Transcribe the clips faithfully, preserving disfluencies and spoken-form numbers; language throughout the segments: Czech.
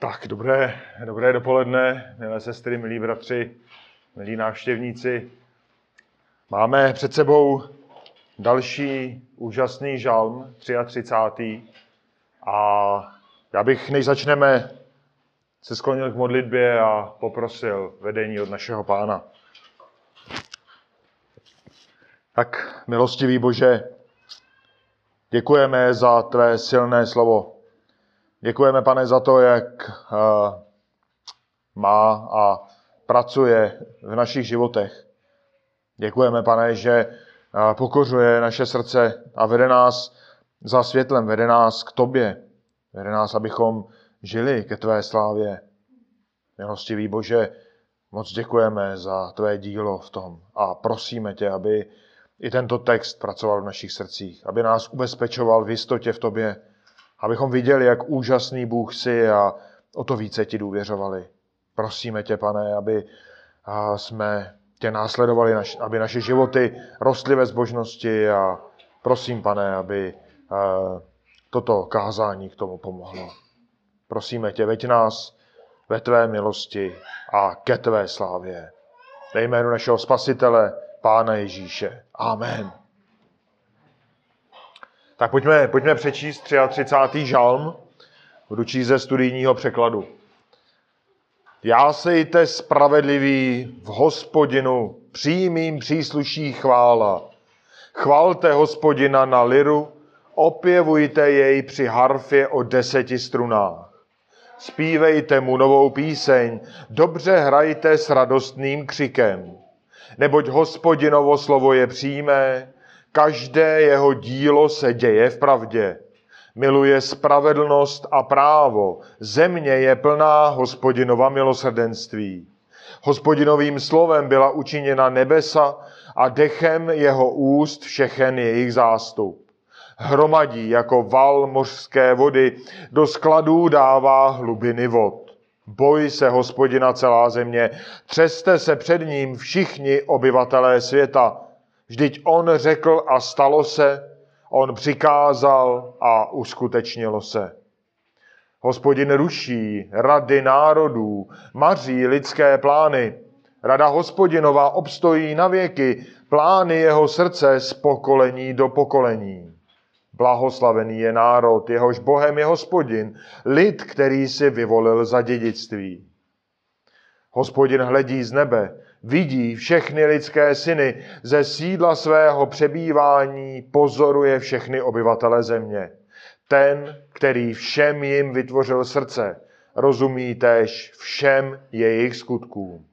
Tak, dobré, dobré dopoledne, milé sestry, milí bratři, milí návštěvníci. Máme před sebou další úžasný žalm, třiatřicátý A já bych, než začneme, se sklonil k modlitbě a poprosil vedení od našeho Pána. Tak, milostivý Bože, děkujeme za tvé silné slovo. Děkujeme, Pane, za to, jak uh, má a pracuje v našich životech. Děkujeme, Pane, že uh, pokořuje naše srdce a vede nás za světlem, vede nás k tobě. Vede nás, abychom žili ke tvé slávě. Milostivý Bože, moc děkujeme za tvé dílo v tom a prosíme tě, aby i tento text pracoval v našich srdcích, aby nás ubezpečoval v jistotě v tobě, abychom viděli, jak úžasný Bůh jsi a o to více ti důvěřovali. Prosíme tě, Pane, aby jsme tě následovali, aby naše životy rostly ve zbožnosti a prosím, Pane, aby toto kázání k tomu pomohlo. Prosíme tě, veď nás ve tvé milosti a ke tvé slávě. Ve jménu našeho Spasitele, Pána Ježíše. Amen. Tak pojďme, pojďme přečíst třiatřicátý žalm, budu číst ze studijního překladu. Jásejte spravedliví v Hospodinu, přímým přísluší chvála. Chvalte Hospodina na liru, opěvujte jej při harfě o deseti strunách. Zpívejte mu novou píseň, dobře hrajte s radostným křikem. Neboť Hospodinovo slovo je přímé, každé jeho dílo se děje v pravdě. Miluje spravedlnost a právo. Země je plná Hospodinova milosrdenství. Hospodinovým slovem byla učiněna nebesa a dechem jeho úst všechen jejich zástup. Hromadí jako val mořské vody, do skladů dává hlubiny vod. Boj se Hospodina celá země, třeste se před ním všichni obyvatelé světa. Vždyť on řekl a stalo se, on přikázal a uskutečnilo se. Hospodin ruší rady národů, maří lidské plány. Rada Hospodinova obstojí na věky, plány jeho srdce z pokolení do pokolení. Blahoslavený je národ, jehož Bohem je Hospodin, lid, který si vyvolil za dědictví. Hospodin hledí z nebe, vidí všechny lidské syny, ze sídla svého přebývání pozoruje všechny obyvatele země. Ten, který všem jim vytvořil srdce, rozumí též všem jejich skutkům.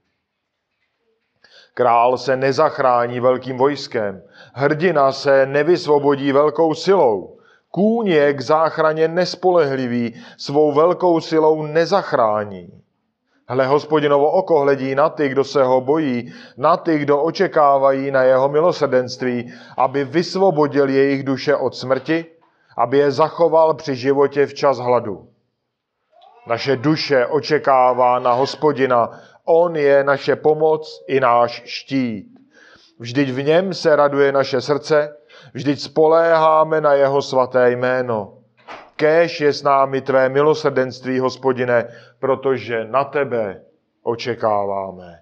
Král se nezachrání velkým vojskem, hrdina se nevysvobodí velkou silou. Kůň je k záchraně nespolehlivý, svou velkou silou nezachrání. Hle, Hospodinovo oko hledí na ty, kdo se ho bojí, na ty, kdo očekávají na jeho milosrdenství, aby vysvobodil jejich duše od smrti, aby je zachoval při životě v čas hladu. Naše duše očekává na Hospodina, on je naše pomoc i náš štít. Vždyť v něm se raduje naše srdce, vždyť spoléháme na jeho svaté jméno. Kéž je s námi tvé milosrdenství, Hospodine, protože na tebe očekáváme.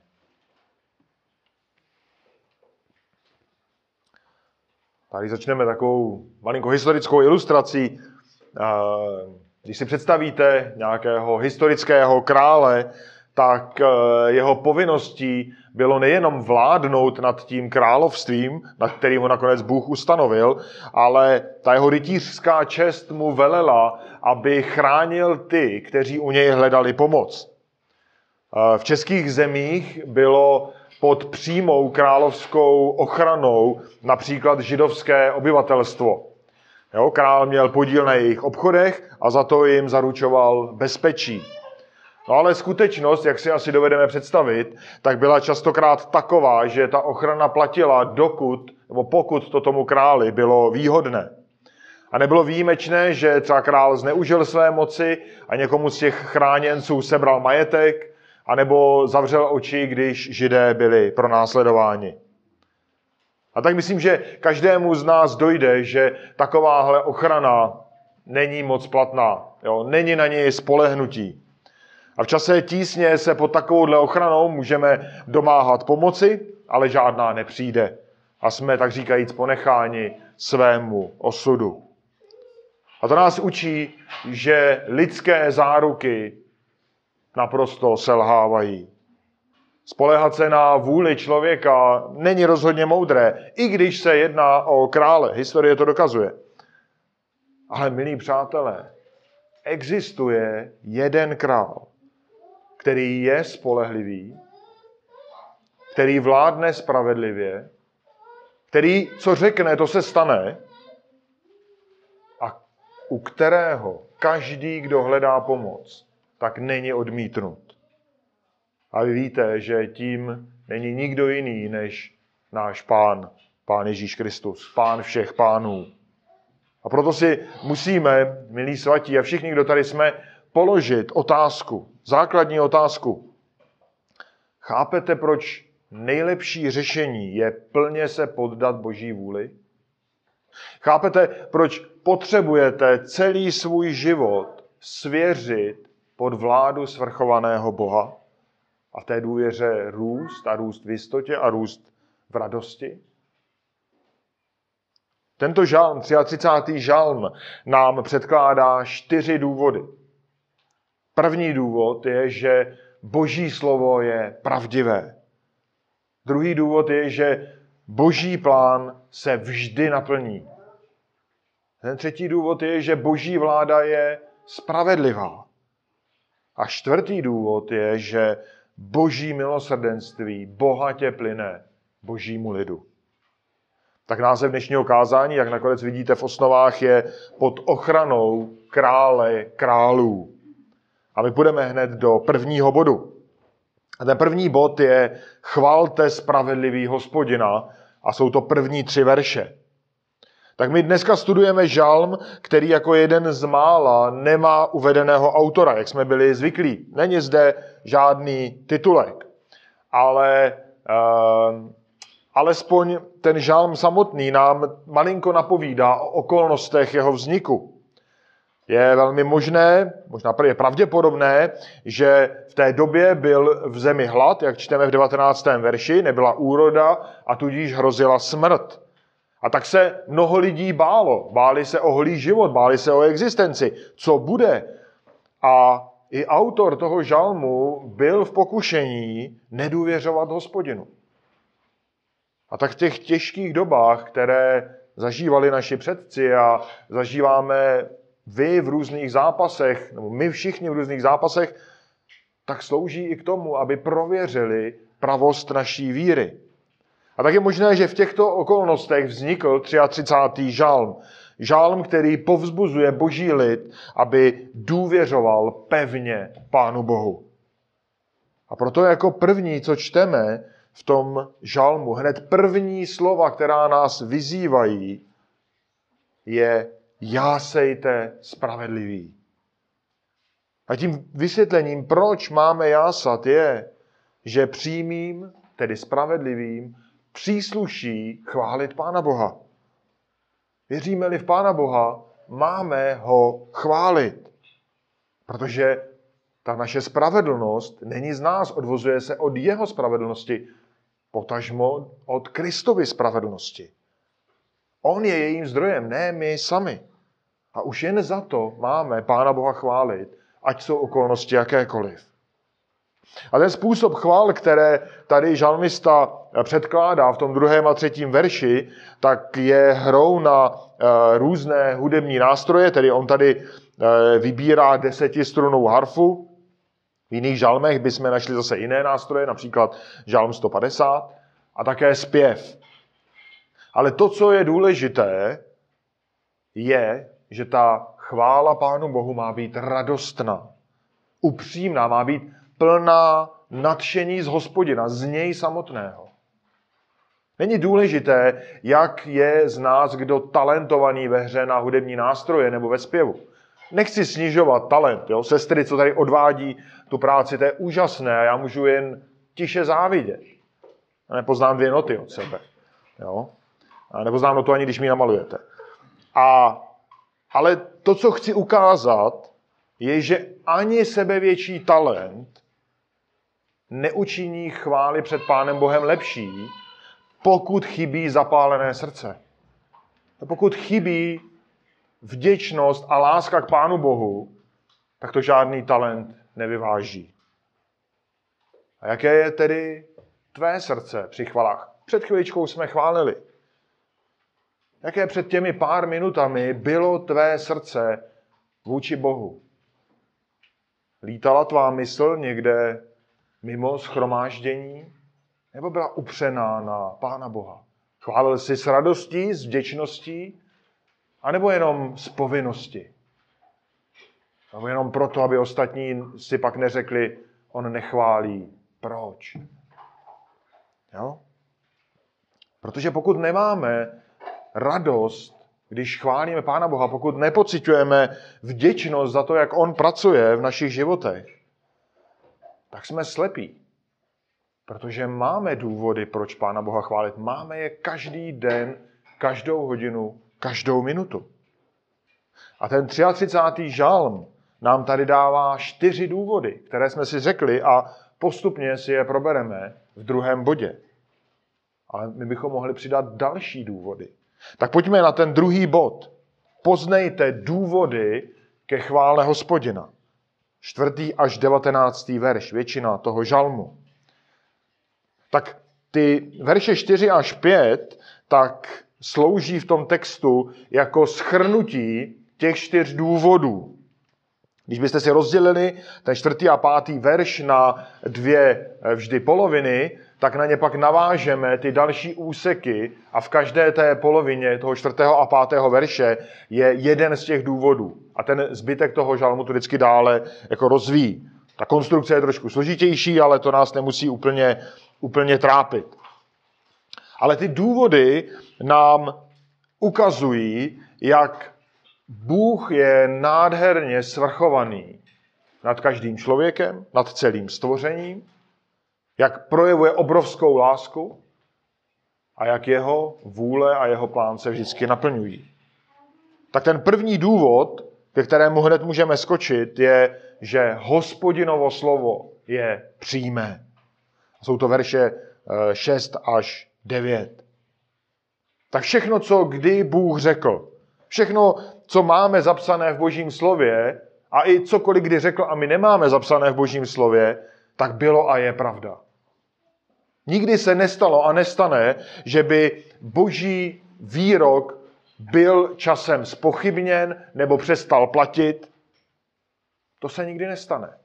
Tady začneme takovou malinkou historickou ilustrací. Když si představíte nějakého historického krále, tak jeho povinností bylo nejenom vládnout nad tím královstvím, nad kterým ho nakonec Bůh ustanovil, ale ta jeho rytířská čest mu velela, aby chránil ty, kteří u něj hledali pomoc. V českých zemích bylo pod přímou královskou ochranou například židovské obyvatelstvo. Jo, král měl podíl na jejich obchodech a za to jim zaručoval bezpečí. No ale skutečnost, jak si asi dovedeme představit, tak byla častokrát taková, že ta ochrana platila dokud, nebo pokud to tomu králi bylo výhodné. A nebylo výjimečné, že třeba král zneužil své moci a někomu z těch chráněnců sebral majetek, anebo zavřel oči, když Židé byli pronásledováni. A tak myslím, že každému z nás dojde, že takováhle ochrana není moc platná. Jo? Není na něj spolehnutí. A v čase tísně se pod takovouhle ochranou můžeme domáhat pomoci, ale žádná nepřijde. A jsme, tak říkajíc, ponecháni svému osudu. A to nás učí, že lidské záruky naprosto selhávají. Spoléhat se na vůli člověka není rozhodně moudré, i když se jedná o krále. Historie to dokazuje. Ale, milí přátelé, existuje jeden král, který je spolehlivý, který vládne spravedlivě, který, co řekne, to se stane, a u kterého každý, kdo hledá pomoc, tak není odmítnut. A vy víte, že tím není nikdo jiný než náš Pán, Pán Ježíš Kristus, Pán všech pánů. A proto si musíme, milí svatí a všichni, kdo tady jsme, položit otázku, základní otázku. Chápete, proč nejlepší řešení je plně se poddat Boží vůli? Chápete, proč potřebujete celý svůj život svěřit pod vládu svrchovaného Boha a v té důvěře růst a růst v jistotě a růst v radosti? Tento žalm, třicátý třetí žalm, nám předkládá čtyři důvody. První důvod je, že Boží slovo je pravdivé. Druhý důvod je, že Boží plán se vždy naplní. Ten třetí důvod je, že Boží vláda je spravedlivá. A čtvrtý důvod je, že Boží milosrdenství bohatě plyne Božímu lidu. Tak název dnešního kázání, jak nakonec vidíte v osnovách, je pod ochranou krále králů. A my půjdeme hned do prvního bodu. A ten první bod je chvalte spravedlivý Hospodina a jsou to první tři verše. Tak my dneska studujeme žalm, který jako jeden z mála nemá uvedeného autora, jak jsme byli zvyklí. Není zde žádný titulek, ale uh, alespoň ten žalm samotný nám malinko napovídá o okolnostech jeho vzniku. Je velmi možné, možná je pravděpodobné, že v té době byl v zemi hlad, jak čteme v devatenáctém verši, nebyla úroda a tudíž hrozila smrt. A tak se mnoho lidí bálo. Báli se o holý život, báli se o existenci. Co bude? A i autor toho žalmu byl v pokušení nedůvěřovat Hospodinu. A tak v těch těžkých dobách, které zažívali naši předci a zažíváme vy v různých zápasech, nebo my všichni v různých zápasech, tak slouží i k tomu, aby prověřili pravost naší víry. A tak je možné, že v těchto okolnostech vznikl třicátý třetí žalm. Žalm, který povzbuzuje Boží lid, aby důvěřoval pevně Pánu Bohu. A proto jako první, co čteme v tom žalmu, hned první slova, která nás vyzývají, je jásejte spravedlivý. A tím vysvětlením, proč máme jásat, je, že přímým, tedy spravedlivým, přísluší chválit Pána Boha. Věříme-li v Pána Boha, máme ho chválit. Protože ta naše spravedlnost není z nás, odvozuje se od jeho spravedlnosti, potažmo od Kristovy spravedlnosti. On je jejím zdrojem, ne my sami. A už jen za to máme Pána Boha chválit, ať jsou okolnosti jakékoliv. A ten způsob chvál, které tady žalmista předkládá v tom druhém a třetím verši, tak je hrou na e, různé hudební nástroje, tedy on tady e, vybírá desetistrunnou harfu. V jiných žalmech bychom našli zase jiné nástroje, například žalm sto padesát, a také zpěv. Ale to, co je důležité, je, že ta chvála Pánu Bohu má být radostná, upřímná, má být plná nadšení z Hospodina, z něj samotného. Není důležité, jak je z nás kdo talentovaný ve hře na hudební nástroje nebo ve zpěvu. Nechci snižovat talent. Jo? Sestry, co tady odvádí tu práci, to je úžasné a já můžu jen tiše závidět. A nepoznám dvě noty od sebe. Jo? A nepoznám notu ani, když mi namalujete. A, ale to, co chci ukázat, je, že ani sebevětší talent neučiní chvály před Pánem Bohem lepší, pokud chybí zapálené srdce. Pokud chybí vděčnost a láska k Pánu Bohu, tak to žádný talent nevyváží. A jaké je tedy tvé srdce při chvalách? Před chviličkou jsme chválili. Jaké před těmi pár minutami bylo tvé srdce vůči Bohu? Lítala tvá mysl někde mimo shromáždění? Nebo byla upřená na Pána Boha? Chválil jsi s radostí, s vděčností? A nebo jenom z povinnosti? Nebo jenom proto, aby ostatní si pak neřekli, on nechválí. Proč? Jo? Protože pokud nemáme radost, když chválíme Pána Boha, pokud nepociťujeme vděčnost za to, jak on pracuje v našich životech, tak jsme slepí. Protože máme důvody, proč Pána Boha chválit. Máme je každý den, každou hodinu, každou minutu. A ten třicátý třetí žalm nám tady dává čtyři důvody, které jsme si řekli a postupně si je probereme v druhém bodě. Ale my bychom mohli přidat další důvody. Tak pojďme na ten druhý bod. Poznejte důvody ke chvále Hospodina. Čtvrtý až devatenáctý verš, většina toho žalmu. Tak ty verše čtyři až pět tak slouží v tom textu jako shrnutí těch čtyř důvodů. Když byste si rozdělili ten čtvrtý a pátý verš na dvě vždy poloviny, tak na ně pak navážeme ty další úseky a v každé té polovině toho čtvrtého a pátého verše je jeden z těch důvodů. A ten zbytek toho žalmu to vždycky dále jako rozvíjí. Ta konstrukce je trošku složitější, ale to nás nemusí úplně, úplně trápit. Ale ty důvody nám ukazují, jak Bůh je nádherně svrchovaný nad každým člověkem, nad celým stvořením, jak projevuje obrovskou lásku a jak jeho vůle a jeho plán se vždycky naplňují. Tak ten první důvod, ke kterému hned můžeme skočit, je, že Hospodinovo slovo je přímé. Jsou to verše šest až devět. Tak všechno, co kdy Bůh řekl, všechno, co máme zapsané v Božím slově, a i cokoliv kdy řekl a my nemáme zapsané v Božím slově, tak bylo a je pravda. Nikdy se nestalo a nestane, že by Boží výrok byl časem zpochybněn nebo přestal platit. To se nikdy nestane.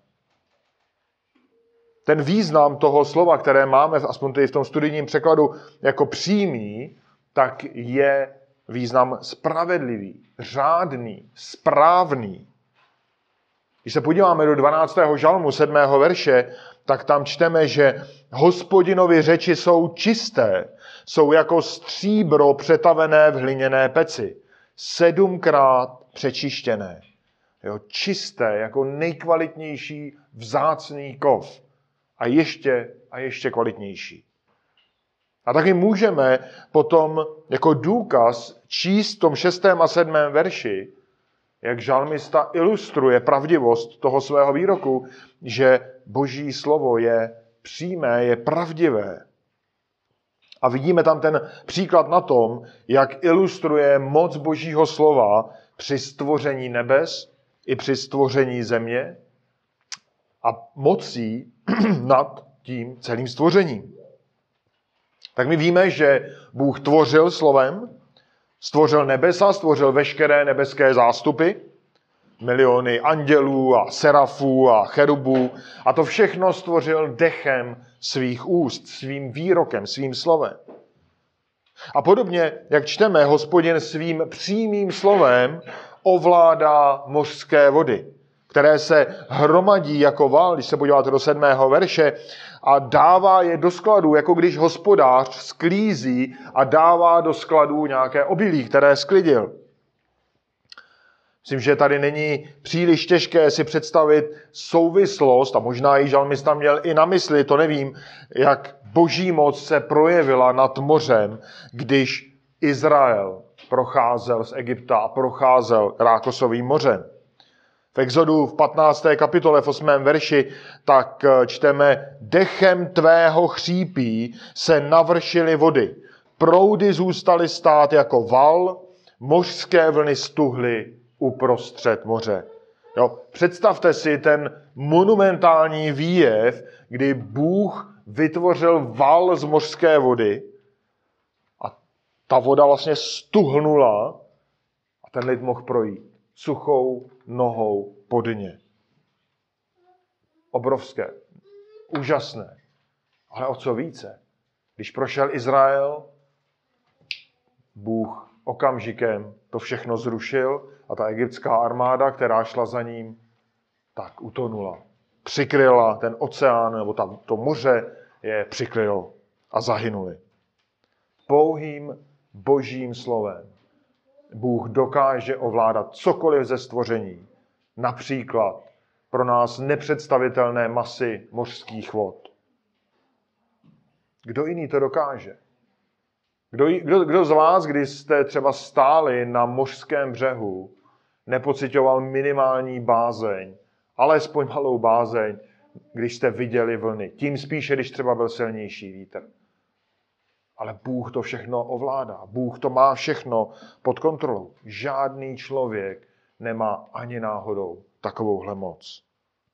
Ten význam toho slova, které máme, aspoň tady v tom studijním překladu, jako přímý, tak je význam spravedlivý, řádný, správný. Když se podíváme do dvanáctého žalmu, sedmého verše, tak tam čteme, že Hospodinovi řeči jsou čisté, jsou jako stříbro přetavené v hliněné peci, sedmkrát přečištěné. Jo, čisté, jako nejkvalitnější vzácný kov. A ještě, a ještě kvalitnější. A taky můžeme potom jako důkaz číst v tom šestém a sedmém verši, jak žalmista ilustruje pravdivost toho svého výroku, že Boží slovo je přímé, je pravdivé. A vidíme tam ten příklad na tom, jak ilustruje moc Božího slova při stvoření nebes i při stvoření země a mocí nad tím celým stvořením. Tak my víme, že Bůh tvořil slovem, stvořil nebesa, stvořil veškeré nebeské zástupy, miliony andělů a serafů a cherubů a to všechno stvořil dechem svých úst, svým výrokem, svým slovem. A podobně, jak čteme, Hospodin svým přímým slovem ovládá mořské vody, které se hromadí jako val, když se podíváte do sedmého verše, a dává je do skladů, jako když hospodář sklízí a dává do skladů nějaké obilí, které sklidil. Myslím, že tady není příliš těžké si představit souvislost, a možná ji žalmista měl i na mysli, to nevím, jak Boží moc se projevila nad mořem, když Izrael procházel z Egypta a procházel Rákosovým mořem. V Exodu v patnácté kapitole v osmém verši tak čteme: dechem tvého chřípí se navršily vody, proudy zůstaly stát jako val, mořské vlny stuhly uprostřed moře. Jo, představte si ten monumentální výjev, kdy Bůh vytvořil val z mořské vody a ta voda vlastně stuhnula a ten lid mohl projít suchou nohou po dně. Obrovské, úžasné. Ale o co více? Když prošel Izrael, Bůh okamžikem to všechno zrušil a ta egyptská armáda, která šla za ním, tak utonula. Přikryla ten oceán, nebo tam to moře je přikrylo a zahynuli. Pouhým božím slovem Bůh dokáže ovládat cokoliv ze stvoření. Například pro nás nepředstavitelné masy mořských vod. Kdo jiný to dokáže? Kdo, kdo, kdo z vás, když jste třeba stáli na mořském břehu, nepocitoval minimální bázeň, alespoň malou bázeň, když jste viděli vlny? Tím spíše, když třeba byl silnější vítr. Ale Bůh to všechno ovládá. Bůh to má všechno pod kontrolou. Žádný člověk nemá ani náhodou takovouhle moc.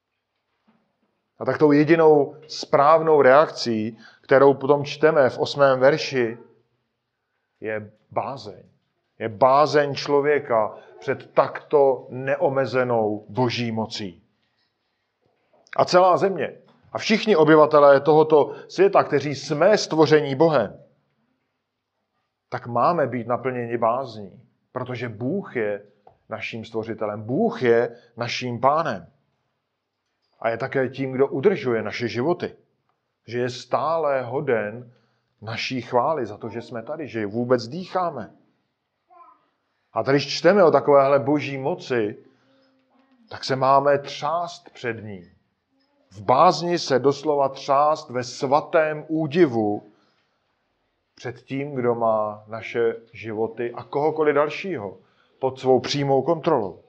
A tak tou jedinou správnou reakcí, kterou potom čteme v osmém verši, je bázeň. Je bázeň člověka před takto neomezenou boží mocí. A celá země a všichni obyvatelé tohoto světa, kteří jsme stvoření Bohem, tak máme být naplněni bázní, protože Bůh je naším stvořitelem. Bůh je naším pánem. A je také tím, kdo udržuje naše životy. Že je stále hoden naší chvály za to, že jsme tady, že vůbec dýcháme. A tady, když čteme o takovéhle boží moci, tak se máme třást před ní. V bázni se doslova třást ve svatém údivu před tím, kdo má naše životy a kohokoliv dalšího pod svou přímou kontrolou.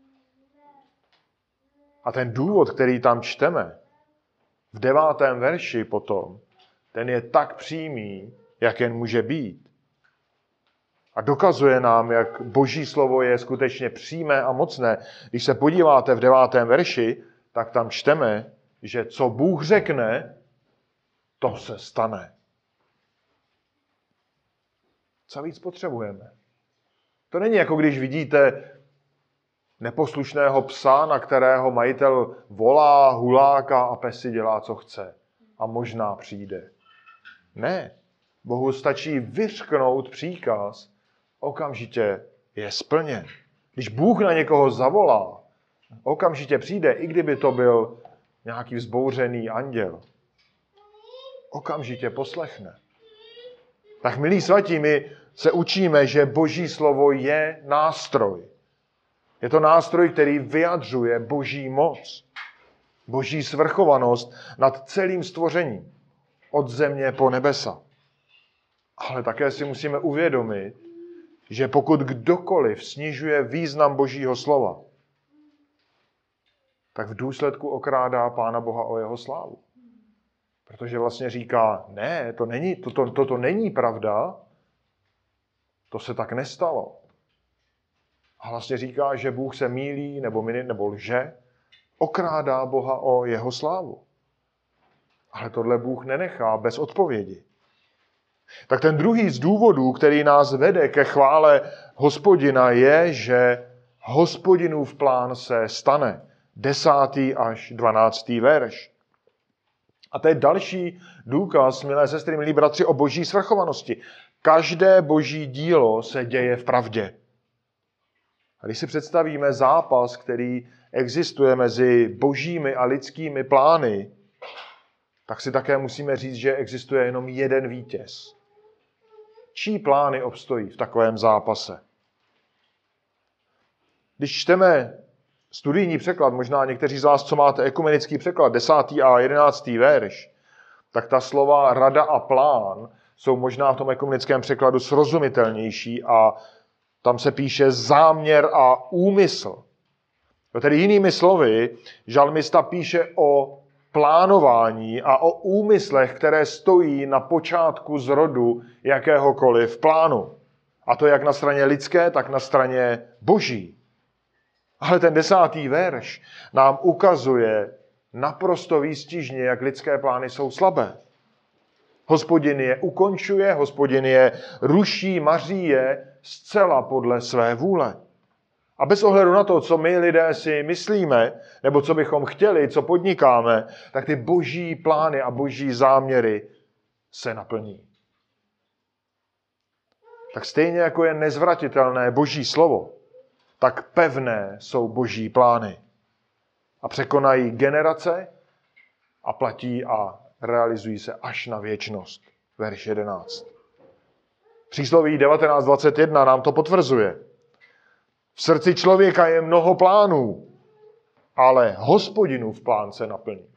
A ten důvod, který tam čteme, v devátém verši potom, ten je tak přímý, jak jen může být. A dokazuje nám, jak boží slovo je skutečně přímé a mocné. Když se podíváte v devátém verši, tak tam čteme, že co Bůh řekne, to se stane. Co víc potřebujeme? To není jako když vidíte neposlušného psa, na kterého majitel volá, huláka a pes si dělá, co chce. A možná přijde. Ne. Bohu stačí vyřknout příkaz, okamžitě je splněn. Když Bůh na někoho zavolá, okamžitě přijde, i kdyby to byl nějaký vzbouřený anděl. Okamžitě poslechne. Tak, milí svatí, my se učíme, že boží slovo je nástroj. Je to nástroj, který vyjadřuje boží moc, boží svrchovanost nad celým stvořením, od země po nebesa. Ale také si musíme uvědomit, že pokud kdokoliv snižuje význam božího slova, tak v důsledku okrádá Pána Boha o jeho slávu. Protože vlastně říká, ne, to není, to, to, to, to není pravda, to se tak nestalo. A vlastně říká, že Bůh se mýlí nebo, nebo lže, okrádá Boha o jeho slávu. Ale tohle Bůh nenechá bez odpovědi. Tak ten druhý z důvodů, který nás vede ke chvále Hospodina, je, že Hospodinův plán se stane. Desátý až dvanáctý verš. A to je další důkaz, milé sestry, milí bratři, o boží svrchovanosti. Každé boží dílo se děje v pravdě. A když si představíme zápas, který existuje mezi božími a lidskými plány, tak si také musíme říct, že existuje jenom jeden vítěz. Čí plány obstojí v takovém zápase? Když čteme studijní překlad, možná někteří z vás, co máte ekumenický překlad, desátý a jedenáctý verš, tak ta slova rada a plán jsou možná v tom ekumenickém překladu srozumitelnější a tam se píše záměr a úmysl. Tedy jinými slovy, žalmista píše o plánování a o úmyslech, které stojí na počátku zrodu jakéhokoliv plánu. A to jak na straně lidské, tak na straně boží. Ale ten desátý verš nám ukazuje naprosto výstižně, jak lidské plány jsou slabé. Hospodin je ukončuje, Hospodin je ruší, maří je zcela podle své vůle. A bez ohledu na to, co my lidé si myslíme, nebo co bychom chtěli, co podnikáme, tak ty boží plány a boží záměry se naplní. Tak stejně jako je nezvratitelné boží slovo, tak pevné jsou boží plány. A překonají generace a platí a realizují se až na věčnost. Verš jedenáct. Přísloví devatenáct dvacet jedna nám to potvrzuje. V srdci člověka je mnoho plánů, ale Hospodinův plán se naplní.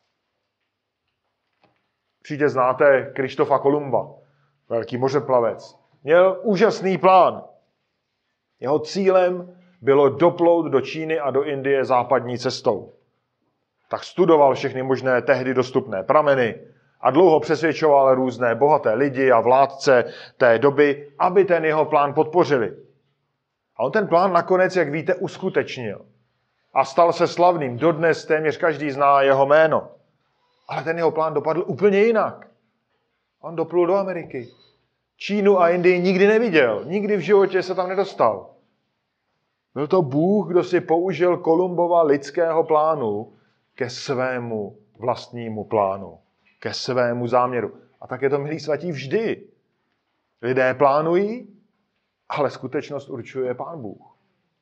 Určitě znáte Krištofa Kolumba, velký mořeplavec. Měl úžasný plán. Jeho cílem bylo doplout do Číny a do Indie západní cestou. Tak studoval všechny možné tehdy dostupné prameny a dlouho přesvědčoval různé bohaté lidi a vládce té doby, aby ten jeho plán podpořili. A on ten plán nakonec, jak víte, uskutečnil. A stal se slavným. Dodnes téměř každý zná jeho jméno. Ale ten jeho plán dopadl úplně jinak. On doplul do Ameriky. Čínu a Indii nikdy neviděl. Nikdy v životě se tam nedostal. Byl to Bůh, kdo si použil Kolumbova lidského plánu ke svému vlastnímu plánu. Ke svému záměru. A tak je to, milí svatí, vždy. Lidé plánují, ale skutečnost určuje Pán Bůh.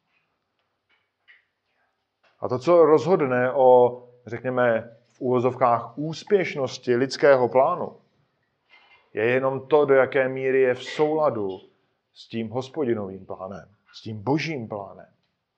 A to, co rozhodne o, řekněme, v úvozovkách úspěšnosti lidského plánu, je jenom to, do jaké míry je v souladu s tím Hospodinovým plánem, s tím božím plánem.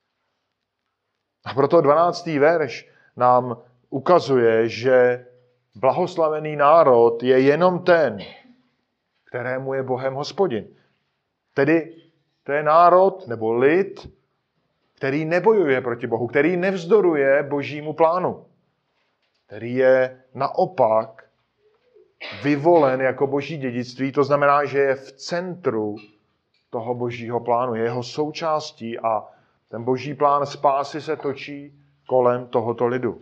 A proto dvanáctý verš nám ukazuje, že blahoslavený národ je jenom ten, kterému je Bohem Hospodin. Tedy to je národ nebo lid, který nebojuje proti Bohu, který nevzdoruje božímu plánu, který je naopak vyvolen jako boží dědictví, to znamená, že je v centru toho božího plánu, je jeho součástí a ten boží plán spásy se točí kolem tohoto lidu.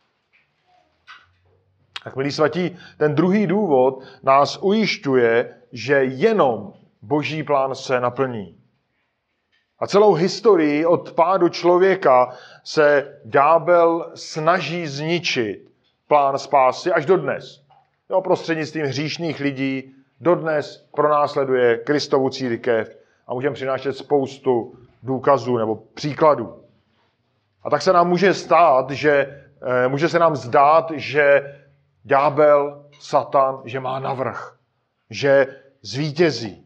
Tak, milí svatí, ten druhý důvod nás ujišťuje, že jenom boží plán se naplní. A celou historii od pádu člověka se ďábel snaží zničit plán spásy až dodnes. Jo, prostřednictvím hříšných lidí dodnes pronásleduje Kristovu církev a můžeme přinášet spoustu důkazů nebo příkladů. A tak se nám může stát, že může se nám zdát, že ďábel, Satan, že má navrch, že zvítězí.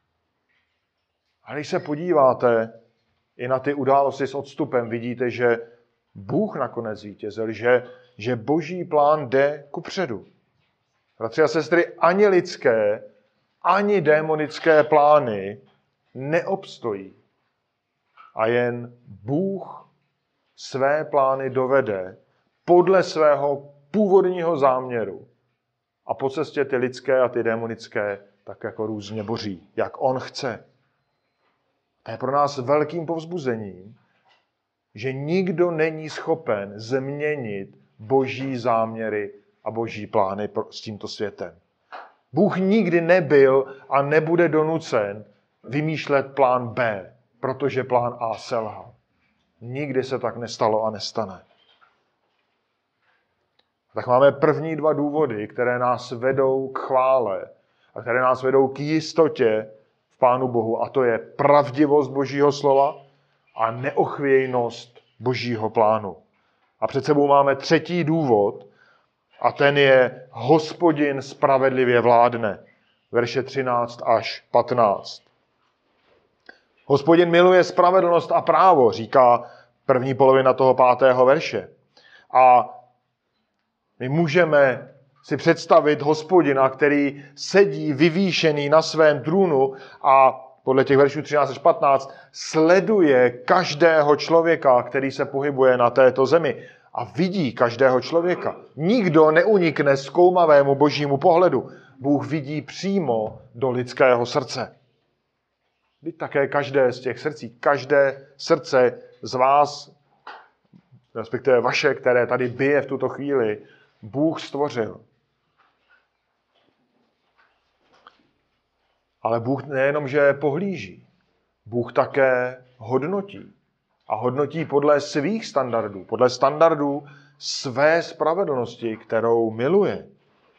A když se podíváte i na ty události s odstupem, vidíte, že Bůh nakonec zvítězil, že, že boží plán jde kupředu. Bratři a sestry, ani lidské, ani démonické plány neobstojí. A jen Bůh své plány dovede podle svého původního záměru. A po cestě ty lidské a ty démonické tak jako různě boří, jak on chce. To je pro nás velkým povzbuzením, že nikdo není schopen změnit boží záměry a boží plány s tímto světem. Bůh nikdy nebyl a nebude donucen vymýšlet plán B, protože plán A selhal. Nikdy se tak nestalo a nestane. Tak máme první dva důvody, které nás vedou k chvále a které nás vedou k jistotě v Pánu Bohu. A to je pravdivost Božího slova a neochvějnost Božího plánu. A před sebou máme třetí důvod a ten je Hospodin spravedlivě vládne. Verše třináct až patnáct. Hospodin miluje spravedlnost a právo, říká první polovina toho pátého verše. A my můžeme si představit Hospodina, který sedí vyvýšený na svém trůnu a podle těch veršů třináct až patnáct, sleduje každého člověka, který se pohybuje na této zemi. A vidí každého člověka. Nikdo neunikne zkoumavému božímu pohledu. Bůh vidí přímo do lidského srdce. Vždyť také každé z těch srdcí, každé srdce z vás, respektive vaše, které tady bije v tuto chvíli, Bůh stvořil. Ale Bůh nejenom, že pohlíží, Bůh také hodnotí. A hodnotí podle svých standardů, podle standardů své spravedlnosti, kterou miluje.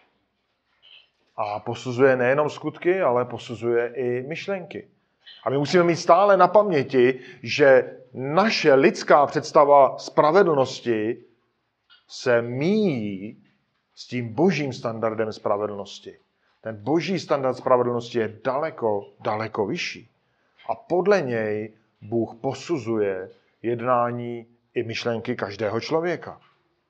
A posuzuje nejenom skutky, ale posuzuje i myšlenky. A my musíme mít stále na paměti, že naše lidská představa spravedlnosti se míjí s tím božím standardem spravedlnosti. Ten boží standard spravedlnosti je daleko, daleko vyšší. A podle něj Bůh posuzuje jednání i myšlenky každého člověka.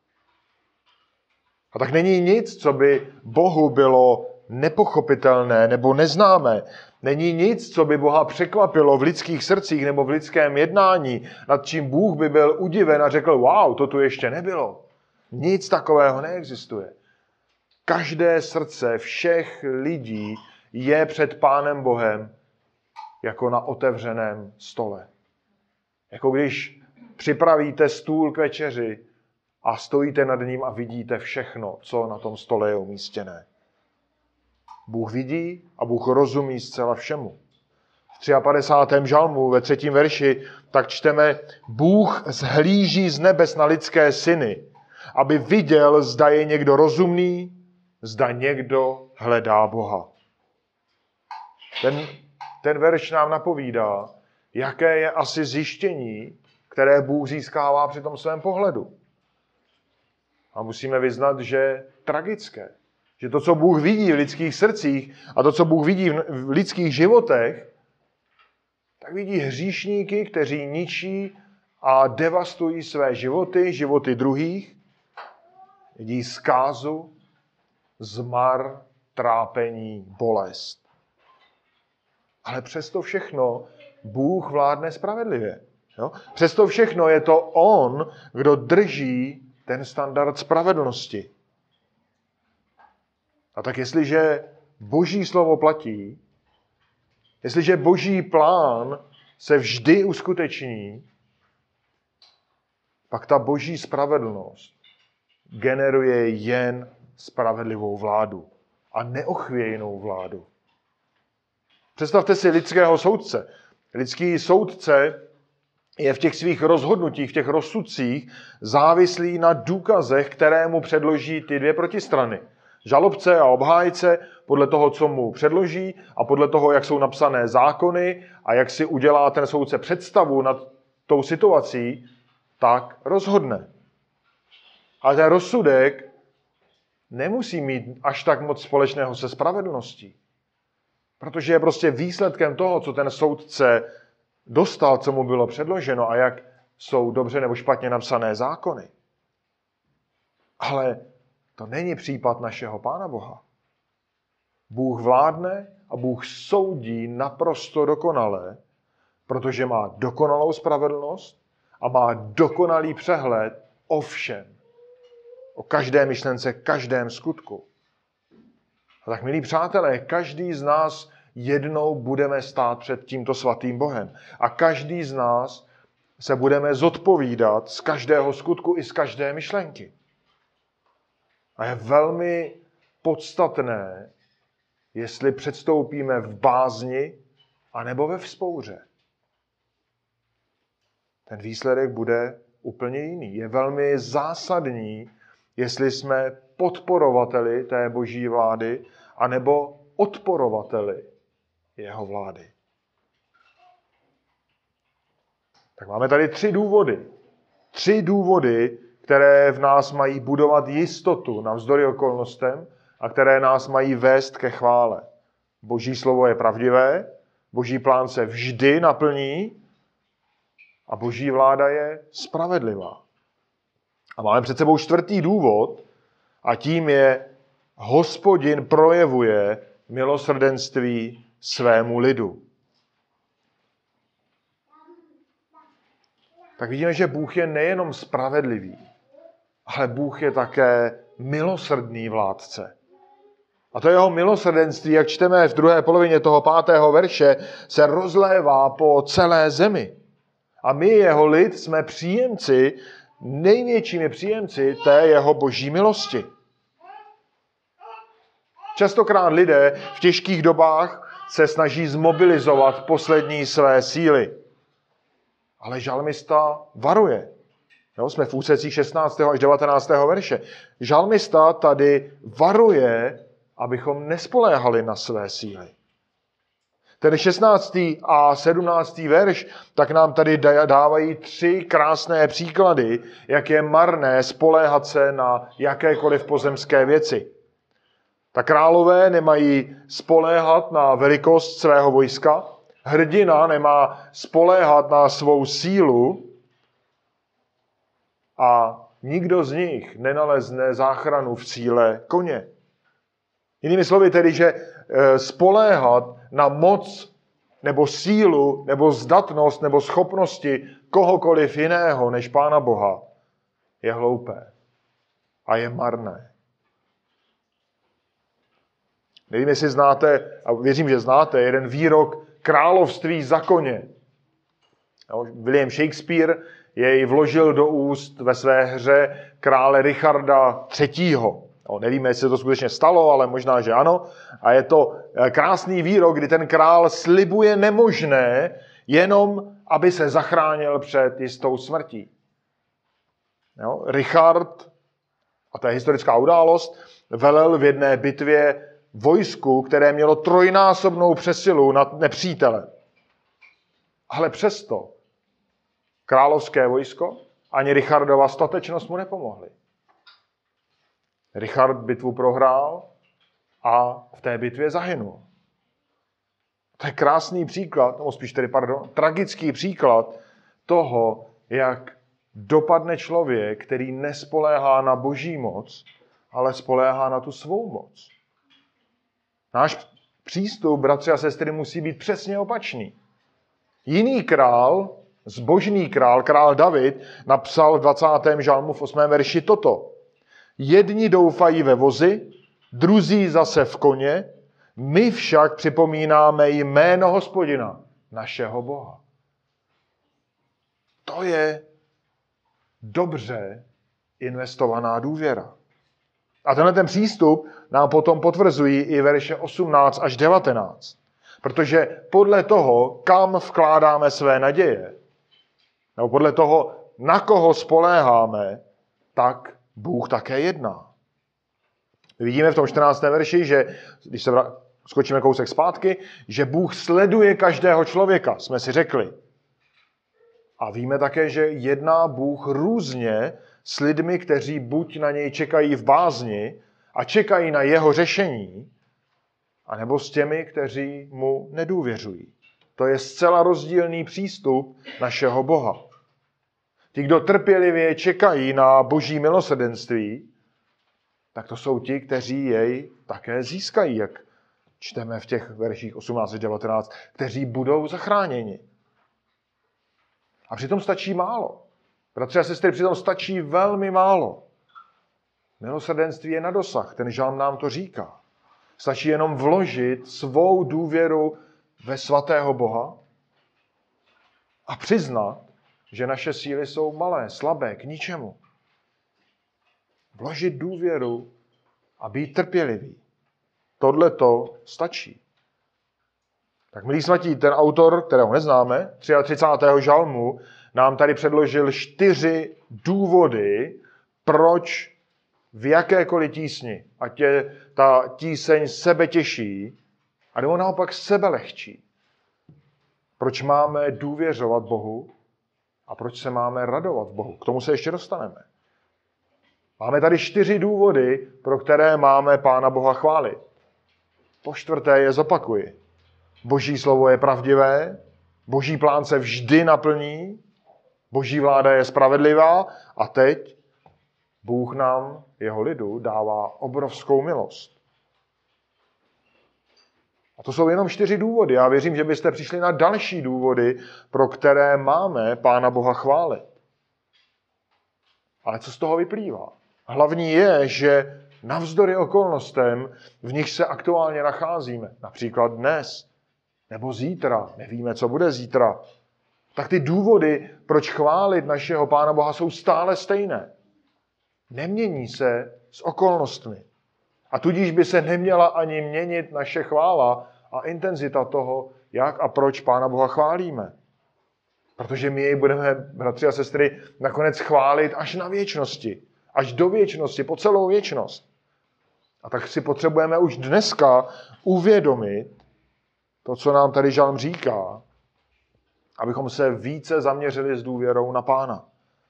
A tak není nic, co by Bohu bylo nepochopitelné nebo neznámé. Není nic, co by Boha překvapilo v lidských srdcích nebo v lidském jednání, nad čím Bůh by byl udiven a řekl, wow, to tu ještě nebylo. Nic takového neexistuje. Každé srdce všech lidí je před Pánem Bohem jako na otevřeném stole. Jako když připravíte stůl k večeři a stojíte nad ním a vidíte všechno, co na tom stole je umístěné. Bůh vidí a Bůh rozumí zcela všemu. V padesátém třetím žalmu ve třetím verši tak čteme, Bůh zhlíží z nebes na lidské syny, aby viděl, zda je někdo rozumný, zda někdo hledá Boha. Ten, ten verš nám napovídá, jaké je asi zjištění, které Bůh získává při tom svém pohledu. A musíme vyznat, že tragické. Že to, co Bůh vidí v lidských srdcích a to, co Bůh vidí v lidských životech, tak vidí hříšníky, kteří ničí a devastují své životy, životy druhých. Vidí zkázu, zmar, trápení, bolest. Ale přesto všechno Bůh vládne spravedlivě. Jo? Přesto všechno je to on, kdo drží ten standard spravedlnosti. A tak jestliže Boží slovo platí, jestliže Boží plán se vždy uskuteční, pak ta Boží spravedlnost generuje jen spravedlivou vládu a neochvějnou vládu. Představte si lidského soudce. Lidský soudce je v těch svých rozhodnutích, v těch rozsudcích závislý na důkazech, které mu předloží ty dvě protistrany. Žalobce a obhájce podle toho, co mu předloží a podle toho, jak jsou napsané zákony a jak si udělá ten soudce představu nad tou situací, tak rozhodne. Ale ten rozsudek nemusí mít až tak moc společného se spravedlností. Protože je prostě výsledkem toho, co ten soudce dostal, co mu bylo předloženo a jak jsou dobře nebo špatně napsané zákony. Ale to není případ našeho Pána Boha. Bůh vládne a Bůh soudí naprosto dokonale, protože má dokonalou spravedlnost a má dokonalý přehled o všem. O každé myšlence, každém skutku. A tak, milí přátelé, každý z nás jednou budeme stát před tímto svatým Bohem. A každý z nás se budeme zodpovídat z každého skutku i z každé myšlenky. A je velmi podstatné, jestli předstoupíme v bázni anebo ve vzpouře. Ten výsledek bude úplně jiný. Je velmi zásadní, jestli jsme podporovateli té boží vlády anebo odporovateli jeho vlády. Tak máme tady tři důvody. Tři důvody, které v nás mají budovat jistotu navzdory okolnostem a které nás mají vést ke chvále. Boží slovo je pravdivé, boží plán se vždy naplní a boží vláda je spravedlivá. A máme před sebou čtvrtý důvod a tím je, Hospodin projevuje milosrdenství svému lidu. tak vidíme, že Bůh je nejenom spravedlivý, ale Bůh je také milosrdný vládce. A to jeho milosrdenství, jak čteme v druhé polovině toho pátého verše, se rozlévá po celé zemi. A my, jeho lid, jsme příjemci, největšími příjemci té jeho boží milosti. Častokrát lidé v těžkých dobách se snaží zmobilizovat poslední své síly. Ale žalmista varuje. Jo, jsme v úsecích šestnáctého až devatenáctého verše. Žalmista tady varuje, abychom nespoléhali na své síly. Ten šestnáctý a sedmnáctý verš, tak nám tady dávají tři krásné příklady, jak je marné spoléhat se na jakékoliv pozemské věci. Ta králové nemají spoléhat na velikost svého vojska, hrdina nemá spoléhat na svou sílu a nikdo z nich nenalezne záchranu v síle koně. Jinými slovy tedy, že spoléhat na moc nebo sílu nebo zdatnost nebo schopnosti kohokoliv jiného než Pána Boha je hloupé a je marné. Nevím, jestli znáte, a věřím, že znáte, jeden výrok Království za koně. William Shakespeare jej vložil do úst ve své hře krále Richarda třetího. No, nevíme, jestli se to skutečně stalo, ale možná, že ano. A je to krásný výrok, kdy ten král slibuje nemožné, jenom aby se zachránil před jistou smrtí. Jo? Richard, a to je historická událost, velel v jedné bitvě vojsku, které mělo trojnásobnou přesilu nad nepřítelem. Ale přesto královské vojsko ani Richardova statečnost mu nepomohly. Richard bitvu prohrál a v té bitvě zahynul. To je krásný příklad, nebo spíš tedy, pardon, tragický příklad toho, jak dopadne člověk, který nespoléhá na boží moc, ale spoléhá na tu svou moc. Náš přístup, bratři a sestry, musí být přesně opačný. Jiný král, zbožný král, král David, napsal v dvacátém žalmu v osmém verši toto. Jedni doufají ve vozy, druzí zase v koně, my však připomínáme jméno Hospodina, našeho Boha. To je dobře investovaná důvěra. A tenhle ten přístup nám potom potvrzují i verše osmnáct až devatenáct. Protože podle toho, kam vkládáme své naděje, nebo podle toho, na koho spoléháme, tak Bůh také jedná. Vidíme v tom čtrnáctém verši, že, když se vra... skočíme kousek zpátky, že Bůh sleduje každého člověka, jsme si řekli. A víme také, že jedná Bůh různě s lidmi, kteří buď na něj čekají v bázni a čekají na jeho řešení, anebo s těmi, kteří mu nedůvěřují. To je zcela rozdílný přístup našeho Boha. Ti, kdo trpělivě čekají na boží milosrdenství, tak to jsou ti, kteří jej také získají, jak čteme v těch verších osmnáct až devatenáct, kteří budou zachráněni. A přitom stačí málo. Bratři a sestry, přitom stačí velmi málo. Milosrdenství je na dosah, ten žalm nám to říká. Stačí jenom vložit svou důvěru ve svatého Boha a přiznat, že naše síly jsou malé, slabé, k ničemu. Vložit důvěru a být trpělivý. Tohle to stačí. Tak milí svatí, ten autor, kterého neznáme, třicátého třetího žalmu, nám tady předložil čtyři důvody, proč v jakékoliv tísni, ať je ta tíseň sebe těžší, a nebo naopak sebe lehčí. Proč máme důvěřovat Bohu a proč se máme radovat Bohu. K tomu se ještě dostaneme. Máme tady čtyři důvody, pro které máme Pána Boha chválit. Po čtvrté je zopakuji. Boží slovo je pravdivé, boží plán se vždy naplní, boží vláda je spravedlivá a teď Bůh nám, jeho lidu, dává obrovskou milost. A to jsou jenom čtyři důvody. Já věřím, že byste přišli na další důvody, pro které máme Pána Boha chválit. Ale co z toho vyplývá? Hlavní je, že navzdory okolnostem, v nich se aktuálně nacházíme, například dnes, nebo zítra, nevíme, co bude zítra, tak ty důvody, proč chválit našeho Pána Boha, jsou stále stejné. Nemění se s okolnostmi. A tudíž by se neměla ani měnit naše chvála a intenzita toho, jak a proč Pána Boha chválíme. Protože my jej budeme, bratři a sestry, nakonec chválit až na věčnosti. Až do věčnosti, po celou věčnost. A tak si potřebujeme už dneska uvědomit to, co nám tady žalm říká, abychom se více zaměřili s důvěrou na Pána.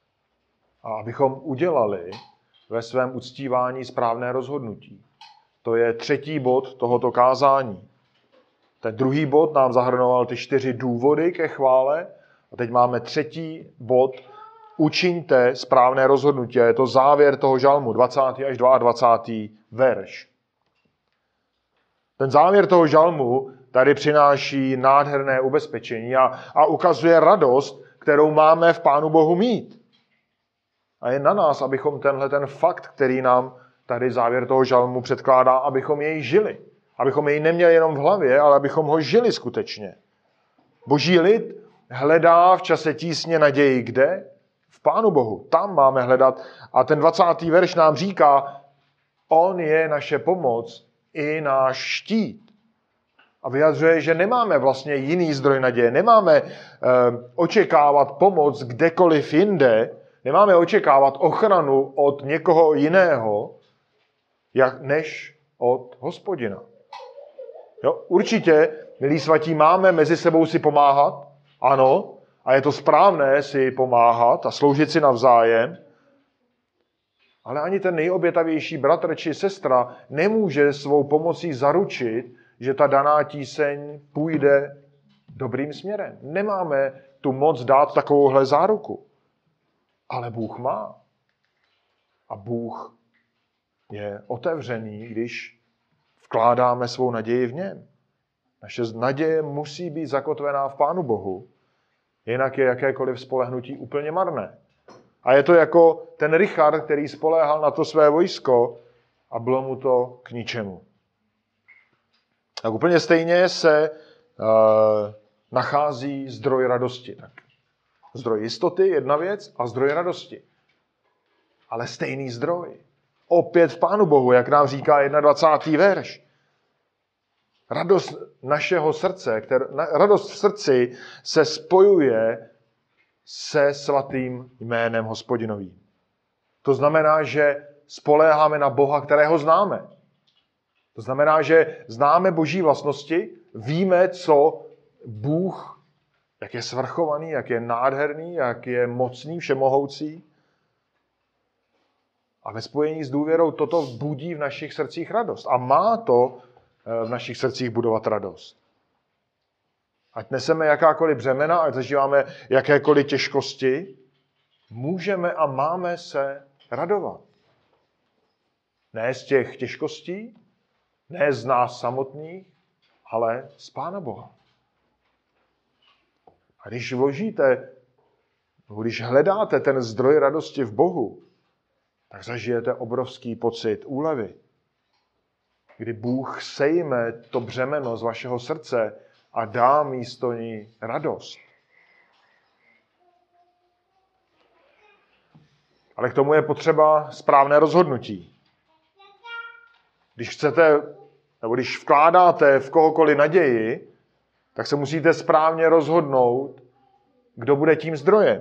A abychom udělali ve svém uctívání správné rozhodnutí. To je třetí bod tohoto kázání. Ten druhý bod nám zahrnoval ty čtyři důvody ke chvále. A teď máme třetí bod. Učiňte správné rozhodnutí. Je to závěr toho žalmu, dvacátý až dvacátý druhý verš. Ten závěr toho žalmu tady přináší nádherné ubezpečení a, a ukazuje radost, kterou máme v Pánu Bohu mít. A je na nás, abychom tenhle ten fakt, který nám tady závěr toho žalmu předkládá, abychom jej žili. Abychom jej neměli jenom v hlavě, ale abychom ho žili skutečně. Boží lid hledá v čase tísně naději kde? V Pánu Bohu. Tam máme hledat. A ten dvacátý verš nám říká, on je naše pomoc i náš štít. A vyjadřuje, že nemáme vlastně jiný zdroj naděje. Nemáme eh, očekávat pomoc kdekoliv jinde. Nemáme očekávat ochranu od někoho jiného, jak, než od Hospodina. Jo, určitě, milí svatí, máme mezi sebou si pomáhat. Ano, a je to správné si pomáhat a sloužit si navzájem. Ale ani ten nejobětavější bratr či sestra nemůže svou pomocí zaručit, že ta daná tíseň půjde dobrým směrem. Nemáme tu moc dát takovouhle záruku. Ale Bůh má. A Bůh je otevřený, když vkládáme svou naději v něm. Naše naděje musí být zakotvená v Pánu Bohu, jinak je jakékoliv spolehnutí úplně marné. A je to jako ten Richard, který spoléhal na to své vojsko a bylo mu to k ničemu. Tak úplně stejně se uh, nachází zdroj radosti. Tak zdroj jistoty, jedna věc, a zdroj radosti. Ale stejný zdroj. Opět v Pánu Bohu, jak nám říká dvacátý první verš. Radost našeho srdce, které, radost v srdci se spojuje se svatým jménem Hospodinovým. To znamená, že spoléháme na Boha, kterého známe. To znamená, že známe Boží vlastnosti, víme, co Bůh, jak je svrchovaný, jak je nádherný, jak je mocný, všemohoucí. A ve spojení s důvěrou toto budí v našich srdcích radost. A má to v našich srdcích budovat radost. Ať neseme jakákoliv břemena, ať zažíváme jakékoliv těžkosti, můžeme a máme se radovat. Ne z těch těžkostí, ne z nás samotných, ale z Pána Boha. A když vložíte, když hledáte ten zdroj radosti v Bohu, tak zažijete obrovský pocit úlevy. Kdy Bůh sejme to břemeno z vašeho srdce a dá místo ní radost. Ale k tomu je potřeba správné rozhodnutí. Když chcete, nebo když vkládáte v kohokoliv naději, tak se musíte správně rozhodnout, kdo bude tím zdrojem.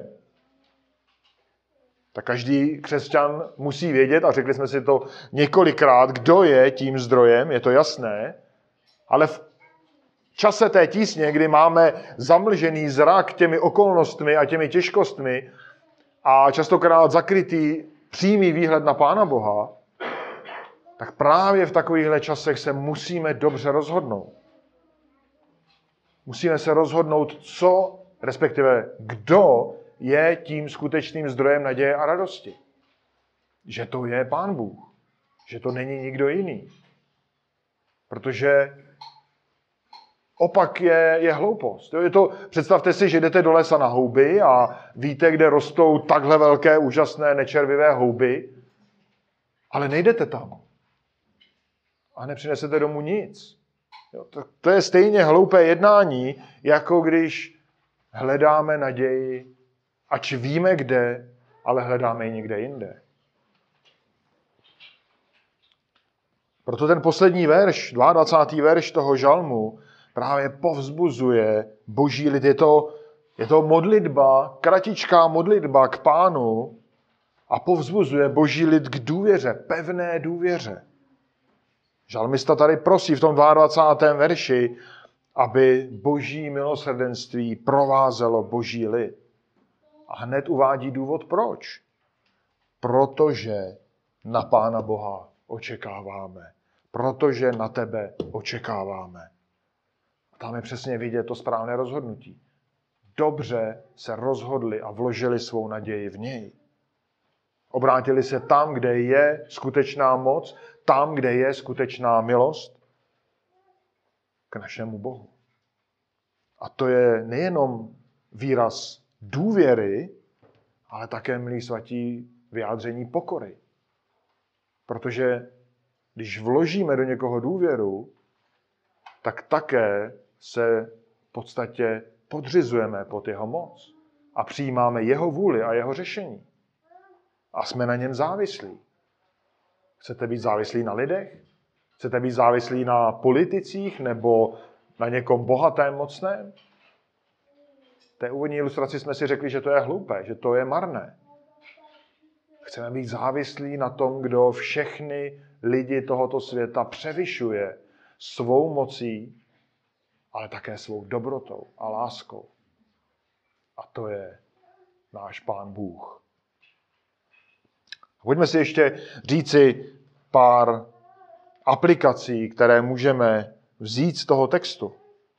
Tak každý křesťan musí vědět, a řekli jsme si to několikrát, kdo je tím zdrojem, je to jasné, ale v čase té tísně, kdy máme zamlžený zrak těmi okolnostmi a těmi těžkostmi a častokrát zakrytý přímý výhled na Pána Boha, tak právě v takovýchhle časech se musíme dobře rozhodnout. Musíme se rozhodnout, co, respektive kdo je tím skutečným zdrojem naděje a radosti. Že to je Pán Bůh. Že to není nikdo jiný. Protože Opak je, je hloupost. Je to, představte si, že jdete do lesa na houby a víte, kde rostou takhle velké, úžasné, nečervivé houby, ale nejdete tam. A nepřinesete domů nic. Jo, to, to je stejně hloupé jednání, jako když hledáme naději, ač víme kde, ale hledáme ji někde jinde. Proto ten poslední verš, dvacátý druhý verš toho žalmu, právě povzbuzuje boží lid. Je to, je to modlitba, kratičká modlitba k Pánu a povzbuzuje boží lid k důvěře, pevné důvěře. Žalmista tady prosí v tom dvacátém druhém verši, aby boží milosrdenství provázelo boží lid. A hned uvádí důvod proč. Protože na Pána Boha očekáváme. Protože na tebe očekáváme. A tam je přesně vidět to správné rozhodnutí. Dobře se rozhodli a vložili svou naději v něj. Obrátili se tam, kde je skutečná moc, tam, kde je skutečná milost, k našemu Bohu. A to je nejenom výraz důvěry, ale také, milí svatí, vyjádření pokory. Protože když vložíme do někoho důvěru, tak také se v podstatě podřizujeme pod jeho moc a přijímáme jeho vůli a jeho řešení. A jsme na něm závislí. Chcete být závislí na lidech? Chcete být závislí na politicích nebo na někom bohatém, mocném? V té úvodní ilustraci jsme si řekli, že to je hloupé, že to je marné. Chceme být závislí na tom, kdo všechny lidi tohoto světa převyšuje svou mocí, ale také svou dobrotou a láskou. A to je náš Pán Bůh. Pojďme si ještě říci pár aplikací, které můžeme vzít z toho textu.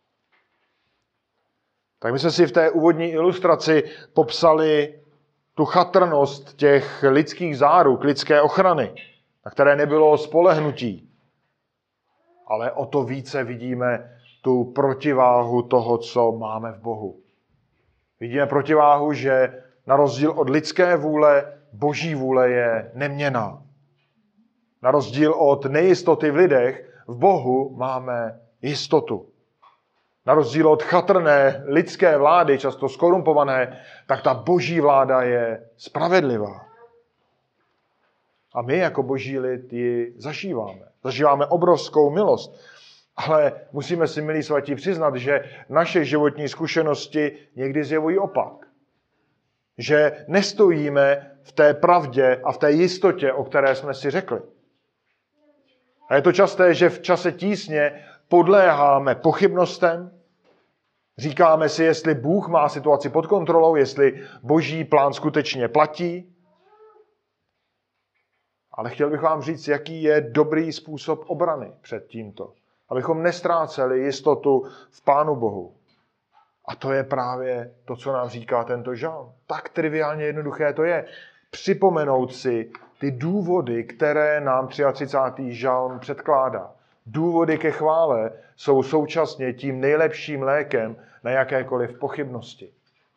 Tak my jsme si v té úvodní ilustraci popsali tu chatrnost těch lidských záruk, lidské ochrany, na které nebylo spolehnutí. Ale o to více vidíme tu protiváhu toho, co máme v Bohu. Vidíme protiváhu, že na rozdíl od lidské vůle, boží vůle je neměnná. Na rozdíl od nejistoty v lidech, v Bohu máme jistotu. Na rozdíl od chatrné lidské vlády, často skorumpované, tak ta boží vláda je spravedlivá. A my jako boží lid ji zažíváme. Zažíváme obrovskou milost. Ale musíme si, milí svatí, přiznat, že naše životní zkušenosti někdy zjevují opak. Že nestojíme v té pravdě a v té jistotě, o které jsme si řekli. A je to časté, že v čase tísně podléháme pochybnostem, říkáme si, jestli Bůh má situaci pod kontrolou, jestli boží plán skutečně platí. Ale chtěl bych vám říct, jaký je dobrý způsob obrany před tímto. Abychom nestráceli jistotu v Pánu Bohu. A to je právě to, co nám říká tento žalm. Tak triviálně jednoduché to je. Připomenout si ty důvody, které nám třicátý třetí žalm předkládá. Důvody ke chvále jsou současně tím nejlepším lékem na jakékoliv pochybnosti.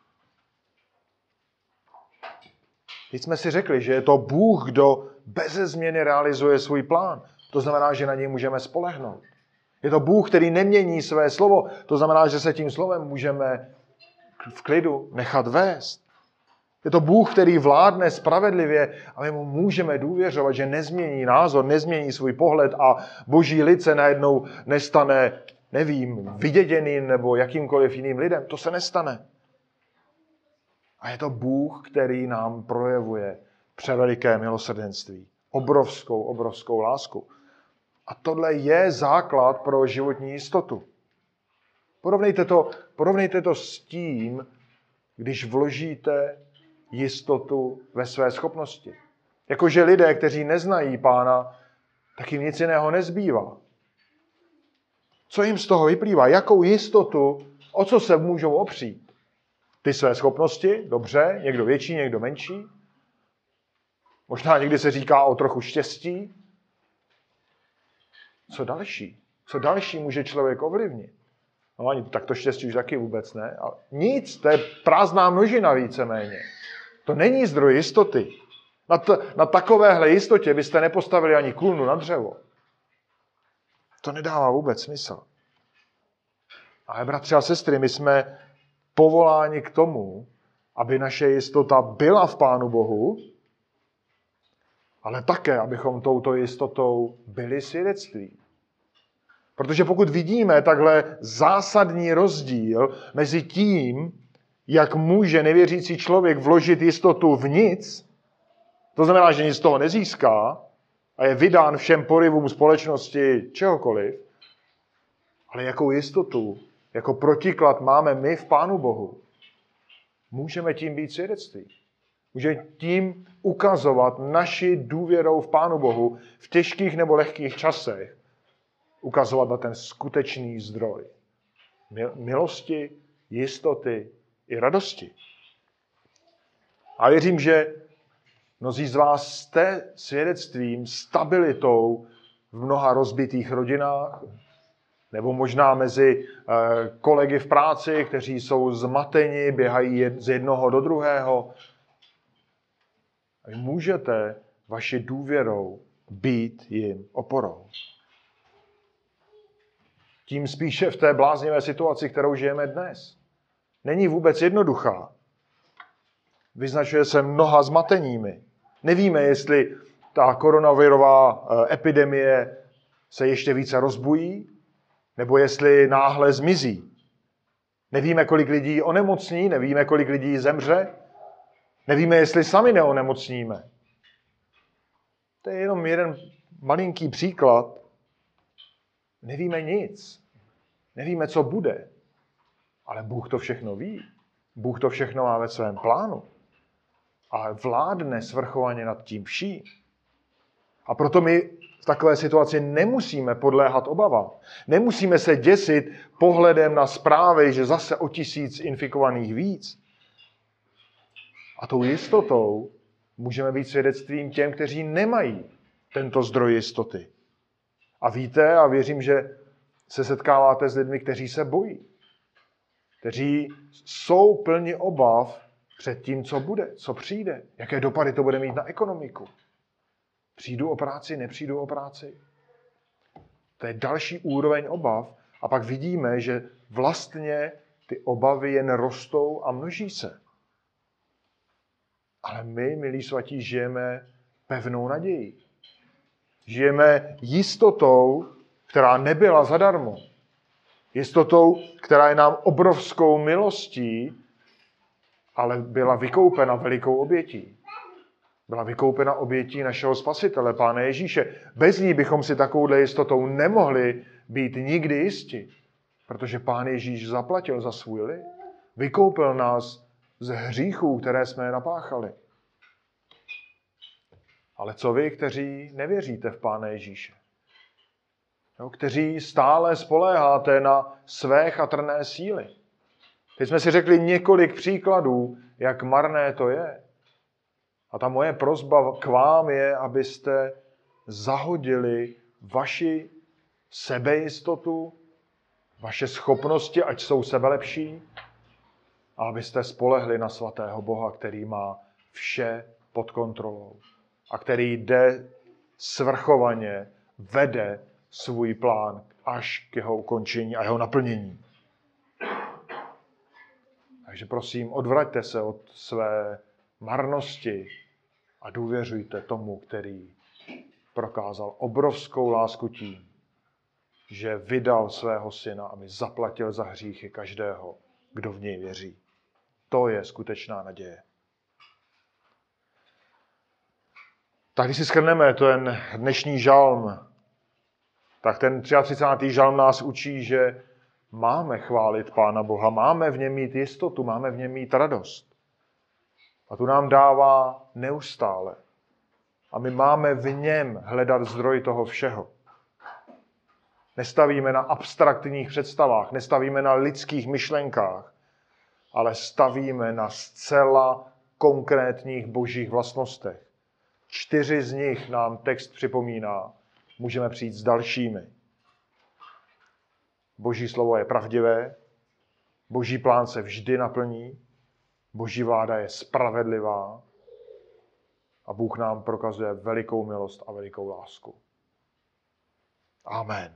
Teď jsme si řekli, že je to Bůh, kdo beze změny realizuje svůj plán. To znamená, že na něj můžeme spolehnout. Je to Bůh, který nemění své slovo. To znamená, že se tím slovem můžeme v klidu nechat vést. Je to Bůh, který vládne spravedlivě a my mu můžeme důvěřovat, že nezmění názor, nezmění svůj pohled a boží lid se najednou nestane, nevím, vyděděným nebo jakýmkoliv jiným lidem. To se nestane. A je to Bůh, který nám projevuje převeliké milosrdenství. Obrovskou, obrovskou lásku. A tohle je základ pro životní jistotu. Porovnejte to, porovnejte to s tím, když vložíte jistotu ve své schopnosti. Jakože lidé, kteří neznají Pána, tak jim nic jiného nezbývá. Co jim z toho vyplývá? Jakou jistotu, o co se můžou opřít? Ty své schopnosti, dobře, někdo větší, někdo menší. Možná někdy se říká o trochu štěstí. Co další? Co další může člověk ovlivnit? No ani tak to štěstí už taky vůbec ne. Ale nic, to je prázdná množina víceméně. To není zdroj jistoty. Na, t- na takovéhle jistotě byste nepostavili ani kůlnu na dřevo. To nedává vůbec smysl. Ale bratři a sestry, my jsme povoláni k tomu, aby naše jistota byla v Pánu Bohu, ale také, abychom touto jistotou byli svědectví. Protože pokud vidíme takhle zásadní rozdíl mezi tím, jak může nevěřící člověk vložit jistotu v nic, to znamená, že nic z toho nezíská a je vydán všem porivům společnosti čehokoliv, ale jakou jistotu, jako protiklad máme my v Pánu Bohu, můžeme tím být svědectví. Můžeme tím ukazovat naši důvěrou v Pánu Bohu v těžkých nebo lehkých časech, ukazovat na ten skutečný zdroj milosti, jistoty i radosti. A věřím, že mnozí z vás jste svědectvím, stabilitou v mnoha rozbitých rodinách, nebo možná mezi kolegy v práci, kteří jsou zmateni, běhají z jednoho do druhého. A vy můžete vaši důvěrou být jim oporou. Tím spíše v té bláznivé situaci, kterou žijeme dnes. Není vůbec jednoduchá. Vyznačuje se mnoha zmateními. Nevíme, jestli ta koronavirová epidemie se ještě více rozbují, nebo jestli náhle zmizí. Nevíme, kolik lidí onemocní, nevíme, kolik lidí zemře, nevíme, jestli sami neonemocníme. To je jenom jeden malinký příklad. Nevíme nic. Nevíme, co bude. Ale Bůh to všechno ví. Bůh to všechno má ve svém plánu. A vládne svrchovaně nad tím vším. A proto my v takové situaci nemusíme podléhat obavám. Nemusíme se děsit pohledem na zprávy, že zase o tisíc infikovaných víc. A tou jistotou můžeme být svědectvím těm, kteří nemají tento zdroj jistoty. A víte, a věřím, že se setkáváte s lidmi, kteří se bojí. Kteří jsou plni obav před tím, co bude, co přijde, jaké dopady to bude mít na ekonomiku. Přijdu o práci, nepřijdu o práci. To je další úroveň obav. A pak vidíme, že vlastně ty obavy jen rostou a množí se. Ale my, milí svatí, žijeme pevnou nadějí. Žijeme jistotou, která nebyla zadarmo. Jistotou, která je nám obrovskou milostí, ale byla vykoupena velikou obětí. Byla vykoupena obětí našeho Spasitele, Pána Ježíše. Bez ní bychom si takovouhle jistotou nemohli být nikdy jisti, protože Pán Ježíš zaplatil za svůj lid. Vykoupil nás z hříchů, které jsme napáchali. Ale co vy, kteří nevěříte v Pána Ježíše? Jo, kteří stále spoléháte na své chatrné síly. Teď jsme si řekli několik příkladů, jak marné to je. A ta moje prosba k vám je, abyste zahodili vaši sebejistotu, vaše schopnosti, ať jsou sebelepší, a abyste spolehli na svatého Boha, který má vše pod kontrolou a který jde svrchovaně, vede svůj plán až k jeho ukončení a jeho naplnění. Takže prosím, odvraťte se od své marnosti a důvěřujte tomu, který prokázal obrovskou lásku tím, že vydal svého syna, aby zaplatil za hříchy každého, kdo v něj věří. To je skutečná naděje. Tak když si shrneme ten dnešní žalm, tak ten třicátý třetí žalm nás učí, že máme chválit Pána Boha, máme v něm mít jistotu, máme v něm mít radost. A tu nám dává neustále. A my máme v něm hledat zdroj toho všeho. Nestavíme na abstraktních představách, nestavíme na lidských myšlenkách, ale stavíme na zcela konkrétních božích vlastnostech. Čtyři z nich nám text připomíná. Můžeme přijít s dalšími. Boží slovo je pravdivé, Boží plán se vždy naplní, Boží vláda je spravedlivá a Bůh nám prokazuje velikou milost a velikou lásku. Amen.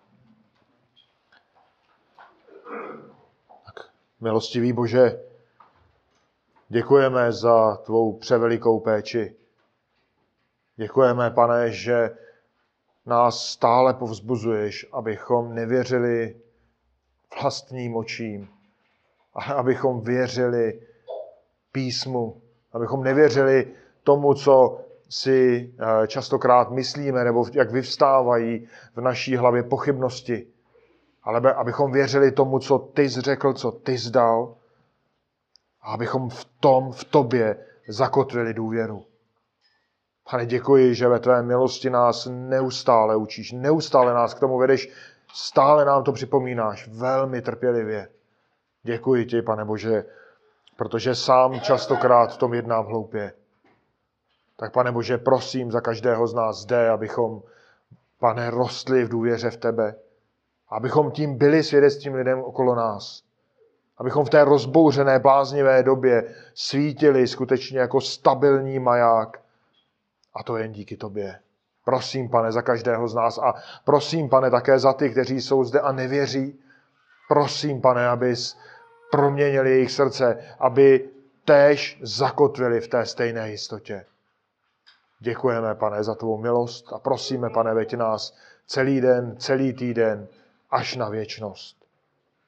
Tak, milostivý Bože, děkujeme za tvou převelikou péči. Děkujeme, Pane, že nás stále povzbuzuješ, abychom nevěřili vlastním očím, ale abychom věřili písmu, abychom nevěřili tomu, co si častokrát myslíme, nebo jak vyvstávají v naší hlavě pochybnosti, ale abychom věřili tomu, co ty jsi řekl, co ty jsi dal, a abychom v tom, v tobě zakotvili důvěru. Pane, děkuji, že ve tvé milosti nás neustále učíš, neustále nás k tomu vedeš, stále nám to připomínáš velmi trpělivě. Děkuji ti, Pane Bože, protože sám častokrát v tom jednám hloupě. Tak, Pane Bože, prosím za každého z nás zde, abychom, Pane, rostli v důvěře v tebe, abychom tím byli svědectvím lidem okolo nás. Abychom v té rozbouřené, bláznivé době svítili skutečně jako stabilní maják. A to jen díky tobě. Prosím, Pane, za každého z nás a prosím, Pane, také za ty, kteří jsou zde a nevěří. Prosím, Pane, abys proměnil jejich srdce, aby též zakotvili v té stejné jistotě. Děkujeme, Pane, za tvou milost a prosíme, Pane, veď nás celý den, celý týden, až na věčnost.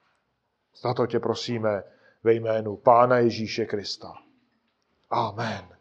Za to tě prosíme ve jménu Pána Ježíše Krista. Amen.